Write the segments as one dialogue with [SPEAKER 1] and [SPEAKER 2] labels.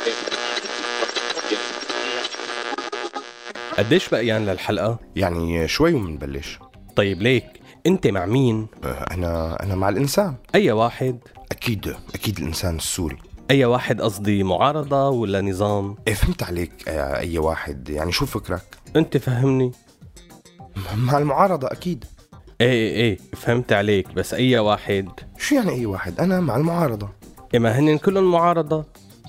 [SPEAKER 1] قديش بقيان للحلقة؟
[SPEAKER 2] يعني شوي ومنبلش.
[SPEAKER 1] طيب ليك انت مع مين؟
[SPEAKER 2] أنا مع الإنسان.
[SPEAKER 1] اي واحد؟
[SPEAKER 2] أكيد الإنسان السوري.
[SPEAKER 1] اي واحد قصدي، معارضة ولا نظام؟
[SPEAKER 2] فهمت عليك. أي واحد يعني شو فكرك؟
[SPEAKER 1] انت فهمني.
[SPEAKER 2] مع المعارضة أكيد.
[SPEAKER 1] ايه فهمت عليك، بس اي واحد؟
[SPEAKER 2] شو يعني أي واحد؟ أنا مع المعارضة.
[SPEAKER 1] ما هن كلهم معارضة.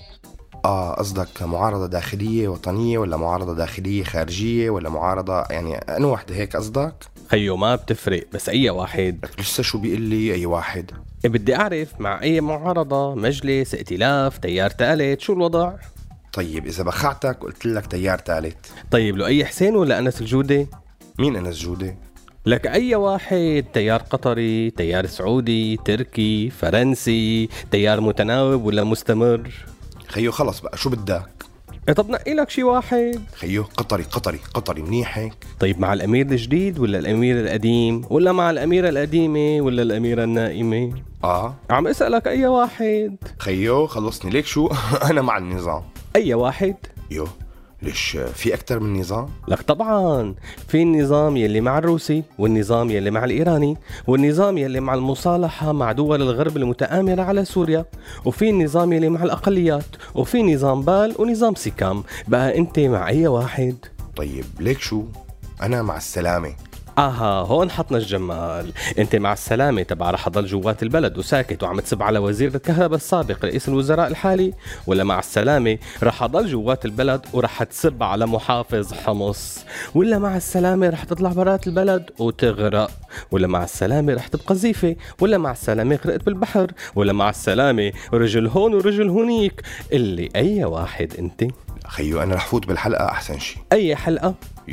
[SPEAKER 2] قصدك معارضة داخلية وطنية ولا معارضة داخلية خارجية ولا معارضة يعني أنا واحدة هيك قصدك؟
[SPEAKER 1] خيو ما بتفرق، بس اي واحد.
[SPEAKER 2] لسه شو بيقول لي أي واحد؟
[SPEAKER 1] بدي اعرف مع اي معارضة، مجلس، ائتلاف، تيار ثالث، شو الوضع؟
[SPEAKER 2] طيب إذا بخعتك قلت لك تيار ثالث.
[SPEAKER 1] طيب لؤي حسين ولا أنس الجودة؟
[SPEAKER 2] مين أنس جودة؟
[SPEAKER 1] لك أي واحد، تيار قطري، تيار سعودي، تركي، فرنسي، تيار متناوب ولا مستمر؟
[SPEAKER 2] خيو خلص بقى شو بدك؟
[SPEAKER 1] طب نقي لك شي واحد.
[SPEAKER 2] خيو قطري منيح هيك.
[SPEAKER 1] طيب مع الأمير الجديد ولا الأمير القديم ولا مع الأميرة القديمة ولا الأميرة النائمة؟ عم أسألك أي واحد.
[SPEAKER 2] خيو خلصني ليك شو أنا مع النظام.
[SPEAKER 1] أي واحد؟
[SPEAKER 2] ليش في أكتر من نظام؟
[SPEAKER 1] لك طبعا في النظام يلي مع الروسي، والنظام يلي مع الإيراني، والنظام يلي مع المصالحة مع دول الغرب المتآمرة على سوريا، وفي النظام يلي مع الأقليات، وفي نظام بال ونظام سيكام. بقى أنت مع أي واحد؟
[SPEAKER 2] طيب ليك شو أنا مع السلامة.
[SPEAKER 1] هون حطنا الجمال. انت مع السلامة تبع رح اضل جوات البلد وساكت وعم تسب على وزير الكهرباء السابق رئيس الوزراء الحالي، ولا مع السلامة رح اضل جوات البلد ورح تسب على محافظ حمص، ولا مع السلامة رح تطلع برات البلد وتغرق، ولا مع السلامة رح تبقى زيفة، ولا مع السلامة غرقت بالبحر، ولا مع السلامة رجل هون ورجل هونيك؟ اللي اي واحد انت؟
[SPEAKER 2] خيو أنا رح فوت بالحلقة أحسن شي.
[SPEAKER 1] أي حلقة؟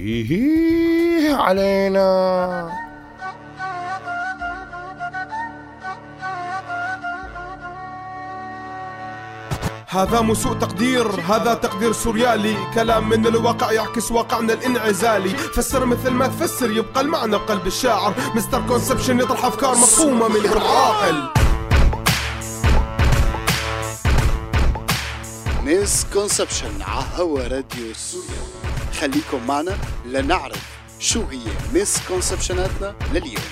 [SPEAKER 2] علينا.
[SPEAKER 3] هذا مو سوء تقدير، هذا تقدير سوريالي، كلام من الواقع يعكس واقعنا الانعزالي. فسر مثل ما تفسر يبقى المعنى بقلب الشاعر. مستر كونسبشن يطرح أفكار مفهومة من العاقل.
[SPEAKER 4] ميس كونسبشن عهوا راديو سوريا. خليكم معنا لنعرف شو هي ميس كونسبشناتنا لليوم.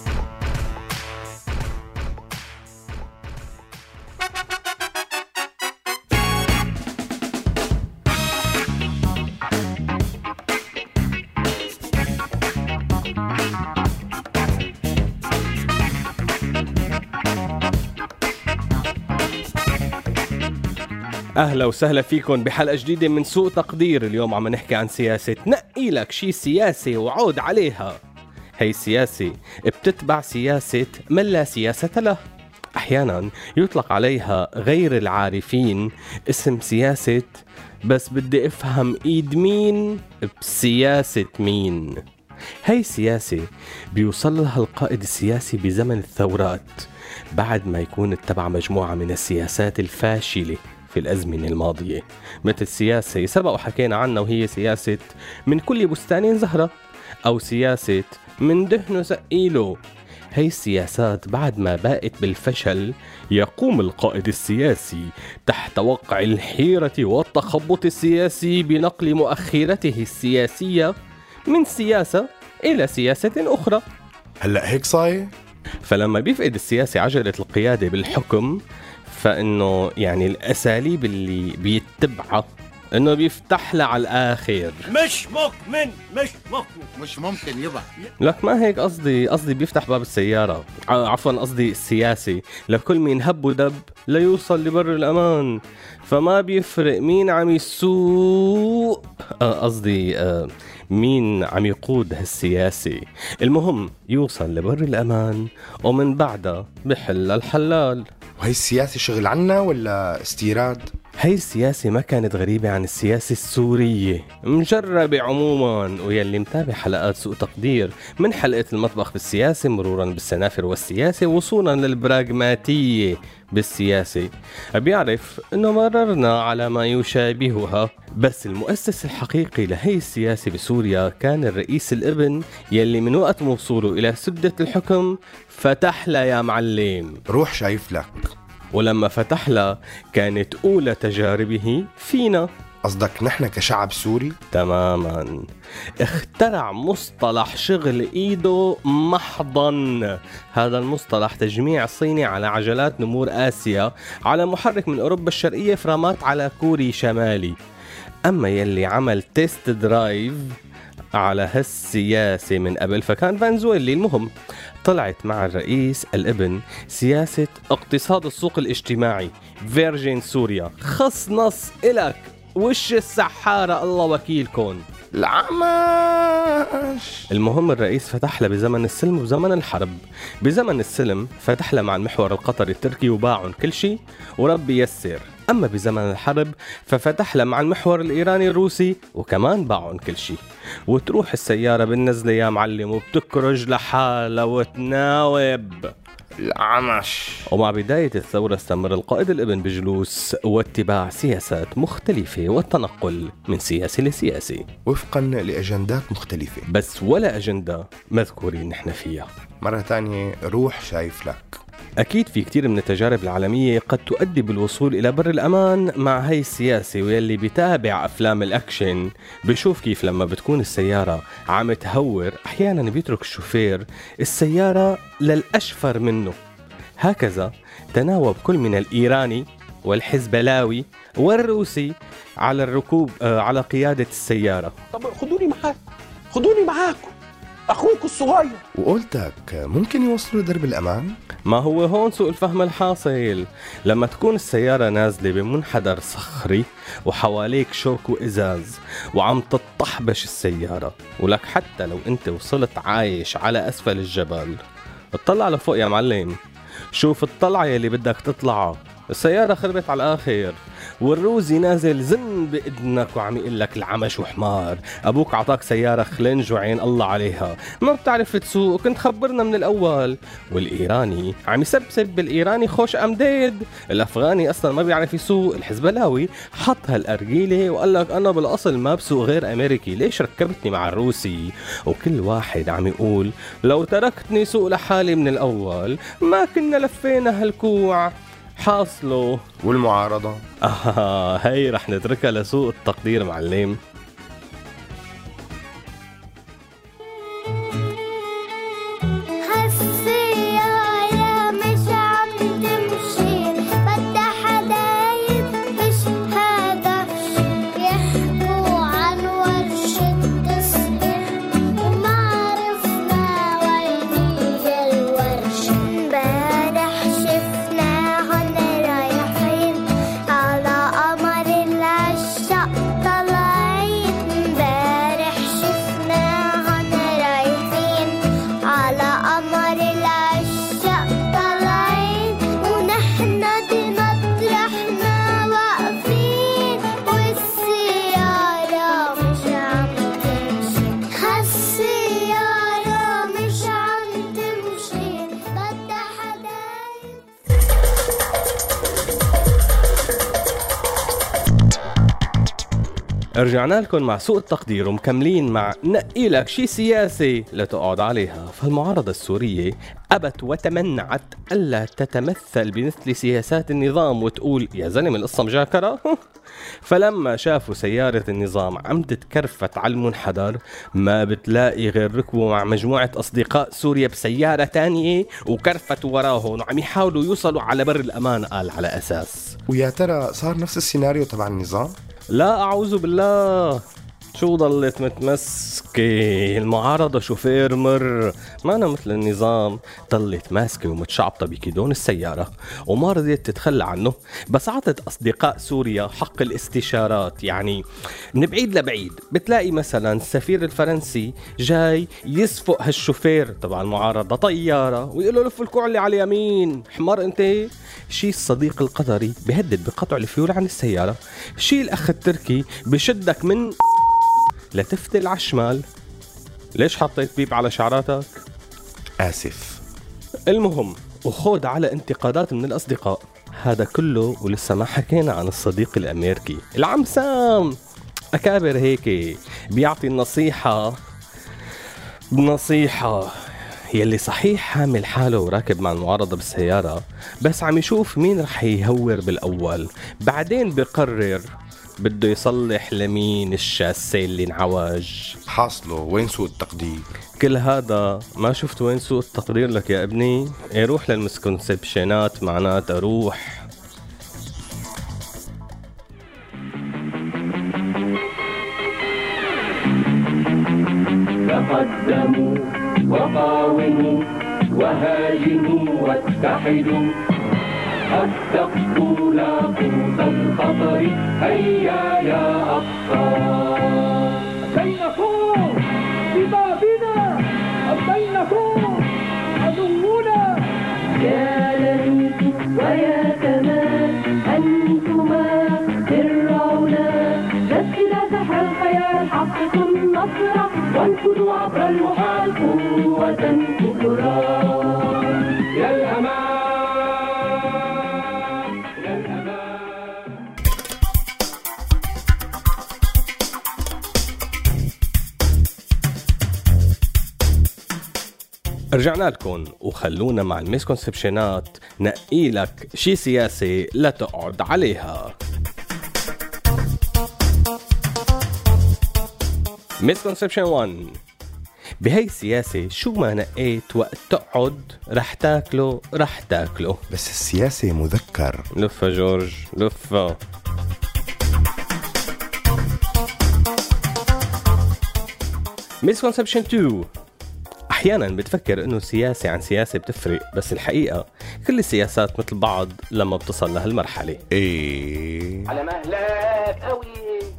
[SPEAKER 1] أهلا وسهلا فيكم بحلقة جديدة من سوء تقدير. اليوم عم نحكي عن سياسة. نقي لك شي سياسة وعود عليها. هي السياسة بتتبع سياسة من لا سياسة له. أحيانا يطلق عليها غير العارفين اسم سياسة بس بدي أفهم إيد مين بسياسة مين. هي السياسة بيوصل لها القائد السياسي بزمن الثورات بعد ما يكون اتبع مجموعة من السياسات الفاشلة في الأزمنة الماضية، مثل سياسة سبق وحكينا عنها وهي سياسة من كل بستان زهرة، أو سياسة من دهن سقيله. هي السياسات بعد ما باءت بالفشل يقوم القائد السياسي تحت وقع الحيرة والتخبط السياسي بنقل مؤخرته السياسية من سياسة إلى سياسة أخرى.
[SPEAKER 2] هلأ هيك صاير؟
[SPEAKER 1] فلما بيفقد السياسي عجلة القيادة بالحكم، فإنه يعني الأساليب اللي بيتبعها إنه بيفتح لها على الآخر.
[SPEAKER 5] مش ممكن يبقى.
[SPEAKER 1] لك ما هيك قصدي بيفتح باب السيارة، عفوا قصدي السياسي لكل مين هب ودب ليوصل لبر الأمان. فما بيفرق مين عم يسوق، قصدي مين عم يقود هالسياسي، المهم يوصل لبر الأمان ومن بعدها بحل الحلال.
[SPEAKER 2] وهي السياسة شغل عنا ولا استيراد؟
[SPEAKER 1] هاي السياسة ما كانت غريبة عن السياسة السورية، مجربة عموما. ويلي متابع حلقات سوء تقدير من حلقة المطبخ بالسياسة مرورا بالسنافر والسياسة وصولا للبراغماتية بالسياسة بيعرف انه مررنا على ما يشابهها. بس المؤسس الحقيقي لهي السياسة بسوريا كان الرئيس الابن يلي من وقت موصوله الى سدة الحكم فتح له يا معلم.
[SPEAKER 2] روح شايف لك.
[SPEAKER 1] ولما فتح لها كانت أولى تجاربه فينا.
[SPEAKER 2] قصدك نحن كشعب سوري؟
[SPEAKER 1] تماما. اخترع مصطلح شغل ايده محضا. هذا المصطلح تجميع صيني على عجلات نمور آسيا على محرك من أوروبا الشرقية فرامات على كوري شمالي. أما يلي عمل تيست درايف على هالسياسة من قبل فكان فنزويلي. المهم طلعت مع الرئيس الابن سياسة اقتصاد السوق الاجتماعي فيرجين سوريا. خص نص إلك وش السحارة الله وكيلكن
[SPEAKER 2] العماش.
[SPEAKER 1] المهم الرئيس فتح له بزمن السلم وبزمن الحرب. بزمن السلم فتح له مع المحور القطري التركي وباعهم كل شيء وربي يسر. أما بزمن الحرب ففتح له مع المحور الإيراني الروسي وكمان باعهم كل شيء. وتروح السيارة بالنزلة يا معلم وبتكرج لحالها وتناوب
[SPEAKER 2] العمش.
[SPEAKER 1] ومع بداية الثورة استمر القائد الابن بجلوس واتباع سياسات مختلفة والتنقل من سياسي لسياسي
[SPEAKER 2] وفقا لأجندات مختلفة،
[SPEAKER 1] بس ولا أجندة مذكورين نحن فيها.
[SPEAKER 2] مرة تانية روح شايف لك.
[SPEAKER 1] أكيد في كتير من التجارب العالمية قد تؤدي بالوصول إلى بر الأمان مع هاي السياسة، ويلي بيتابع أفلام الأكشن بيشوف كيف لما بتكون السيارة عم تهور أحيانا بيترك الشوفير السيارة للأشفر منه. هكذا تناوب كل من الإيراني والحزبلاوي والروسي على الركوب على قيادة السيارة.
[SPEAKER 5] طب خدوني معاكم أخوك الصغير.
[SPEAKER 2] وقلتك ممكن يوصلوا لدرب الأمان؟
[SPEAKER 1] ما هو هون سوء الفهم الحاصل. لما تكون السيارة نازلة بمنحدر صخري وحواليك شوك وإزاز وعم تطحبش السيارة، ولك حتى لو انت وصلت عايش على أسفل الجبل اطلع لفوق يا معلم، شوف الطلعة اللي بدك تطلعها. السيارة خربت على الآخر والروزي نازل زن بإذنك وعم يقول لك العمش وحمار، أبوك عطاك سيارة خلنج وعين الله عليها، ما بتعرف تسوق، كنت خبرنا من الأول. والإيراني عم يسبسب بالإيراني خوش أمديد، الأفغاني أصلا ما بيعرف يسوق، الحزبلاوي حط هالأرجيلة وقال لك أنا بالأصل ما بسوق غير أمريكي، ليش ركبتني مع الروسي؟ وكل واحد عم يقول لو تركتني سوق لحالي من الأول ما كنا لفينا هالكوع. حاصله
[SPEAKER 2] والمعارضة
[SPEAKER 1] هاي رح نتركها لسوء التقدير معلم. رجعنا لكم مع سوء التقدير ومكملين مع نقي لك شي سياسي لتقعد عليها. فالمعارضة السورية أبت وتمنعت ألا تتمثل بمثل سياسات النظام وتقول يا زلمة القصة مجاكرة. فلما شافوا سيارة النظام عم تتكرفت على المنحدر ما بتلاقي غير ركبوا مع مجموعة أصدقاء سوريا بسيارة تانية وكرفتوا وراهم وعم يحاولوا يوصلوا على بر الأمان. قال على أساس
[SPEAKER 2] ويا ترى صار نفس السيناريو تبع النظام؟
[SPEAKER 1] لا أعوذ بالله، شو ضلت متمسكة المعارضة شوفير مر، ما أنا مثل النظام ضلت ماسكة ومتشعبطة بكيدون السيارة وما رضيت تتخلى عنه، بس عطت أصدقاء سوريا حق الاستشارات. يعني من بعيد لبعيد بتلاقي مثلا السفير الفرنسي جاي يسفق هالشوفير تبع المعارضة طيارة ويقول له لف الكوع اللي على اليمين، حمار انت. شي الصديق القطري بهدد بقطع الفيول عن السيارة، شي الأخ التركي بشدك من لتفتل على الشمال. ليش حطيت بيب على شعراتك؟
[SPEAKER 2] آسف.
[SPEAKER 1] المهم وخود على انتقادات من الأصدقاء. هذا كله ولسه ما حكينا عن الصديق الأمريكي العم سام. أكابر هيك بيعطي النصيحة بنصيحة يلي صحيح حامل حاله وراكب مع المعارضة بالسيارة، بس عم يشوف مين رح يهور بالأول، بعدين بقرر بده يصلح لمين الشاسة اللي انعوج.
[SPEAKER 2] حاصله وين سوء التقدير؟
[SPEAKER 1] كل هذا ما شفت وين سوء التقدير لك يا ابني؟ روح للمسكونسبشنات معناتها روح.
[SPEAKER 6] تقدموا وقاوموا وهاجموا واتحدوا اتقوا لاقوس الخطر. هيا يا أبطال بينكم ببابنا بينكم عدونا. يا ليت ويا كمان أنتما ترعونا جسد سحر الخيال حقكم النصر وانفذوا عبر المحال قوة كبرى. يا الأمان يا الأمان.
[SPEAKER 1] رجعنا لكم وخلونا مع الميسكونسبشنات نقي لك شي سياسي لا تقعد عليها. مسكونسبشن 1: بهي السياسة شو ما نقيت وقت تقعد رح تاكله.
[SPEAKER 2] بس السياسة مذكر.
[SPEAKER 1] لفة جورج لفة. مسكونسبشن 2: أحيانا بتفكر إنه سياسة عن سياسة بتفرق، بس الحقيقة كل السياسات مثل بعض لما بتصل لهالمرحلة.
[SPEAKER 2] ايه
[SPEAKER 5] على مهلك قوي.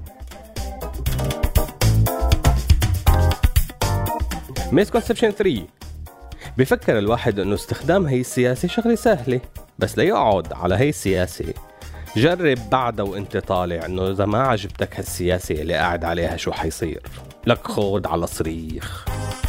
[SPEAKER 1] مسكونسبشن 3: بفكر الواحد انه استخدام هي السياسة شغلة سهلة، بس ليقعد على هي السياسة جرب بعدها وانت طالع انه اذا ما عجبتك هالسياسة اللي قاعد عليها شو حيصير لك. خود على صريخ.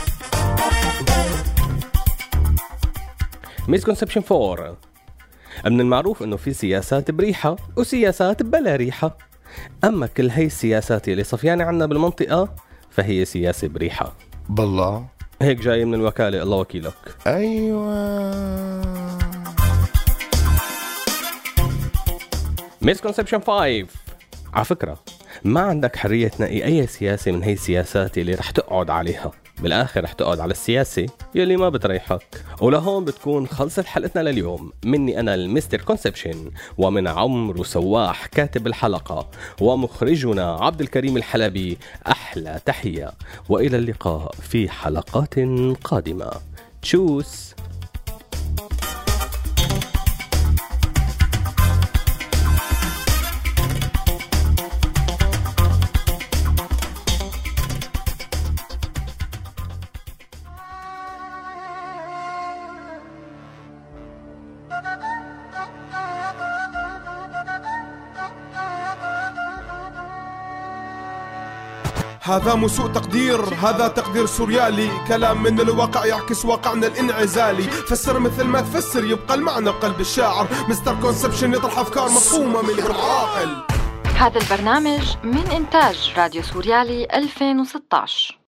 [SPEAKER 1] مسكونسبشن 4: من المعروف انه في سياسات بريحة وسياسات بلا ريحة، اما كل هي السياسات اللي صفيانة عنا بالمنطقة فهي سياسة بريحة.
[SPEAKER 2] بالله
[SPEAKER 1] هيك جاي من الوكالة، الله وكيلك.
[SPEAKER 2] ايوه.
[SPEAKER 1] مسكونسبشن 5: على فكرة ما عندك حرية تنقي أي سياسة من هي السياسات اللي رح تقعد عليها، بالآخر رح تقعد على السياسة يلي ما بتريحك. ولهون بتكون خلصت حلقتنا لليوم. مني أنا المستر كونسبشن، ومن عمرو سواح كاتب الحلقة ومخرجنا عبد الكريم الحلبي، أحلى تحية وإلى اللقاء في حلقات قادمة. تشوس.
[SPEAKER 3] هذا مو سوء تقدير، هذا تقدير سوريالي، كلام من الواقع يعكس واقعنا الانعزالي. فسر مثل ما تفسر يبقى المعنى بقلب الشاعر. مستر كونسبشن يطرح افكار مفهومه من العاقل.
[SPEAKER 7] هذا البرنامج من إنتاج راديو سوريالي 2016.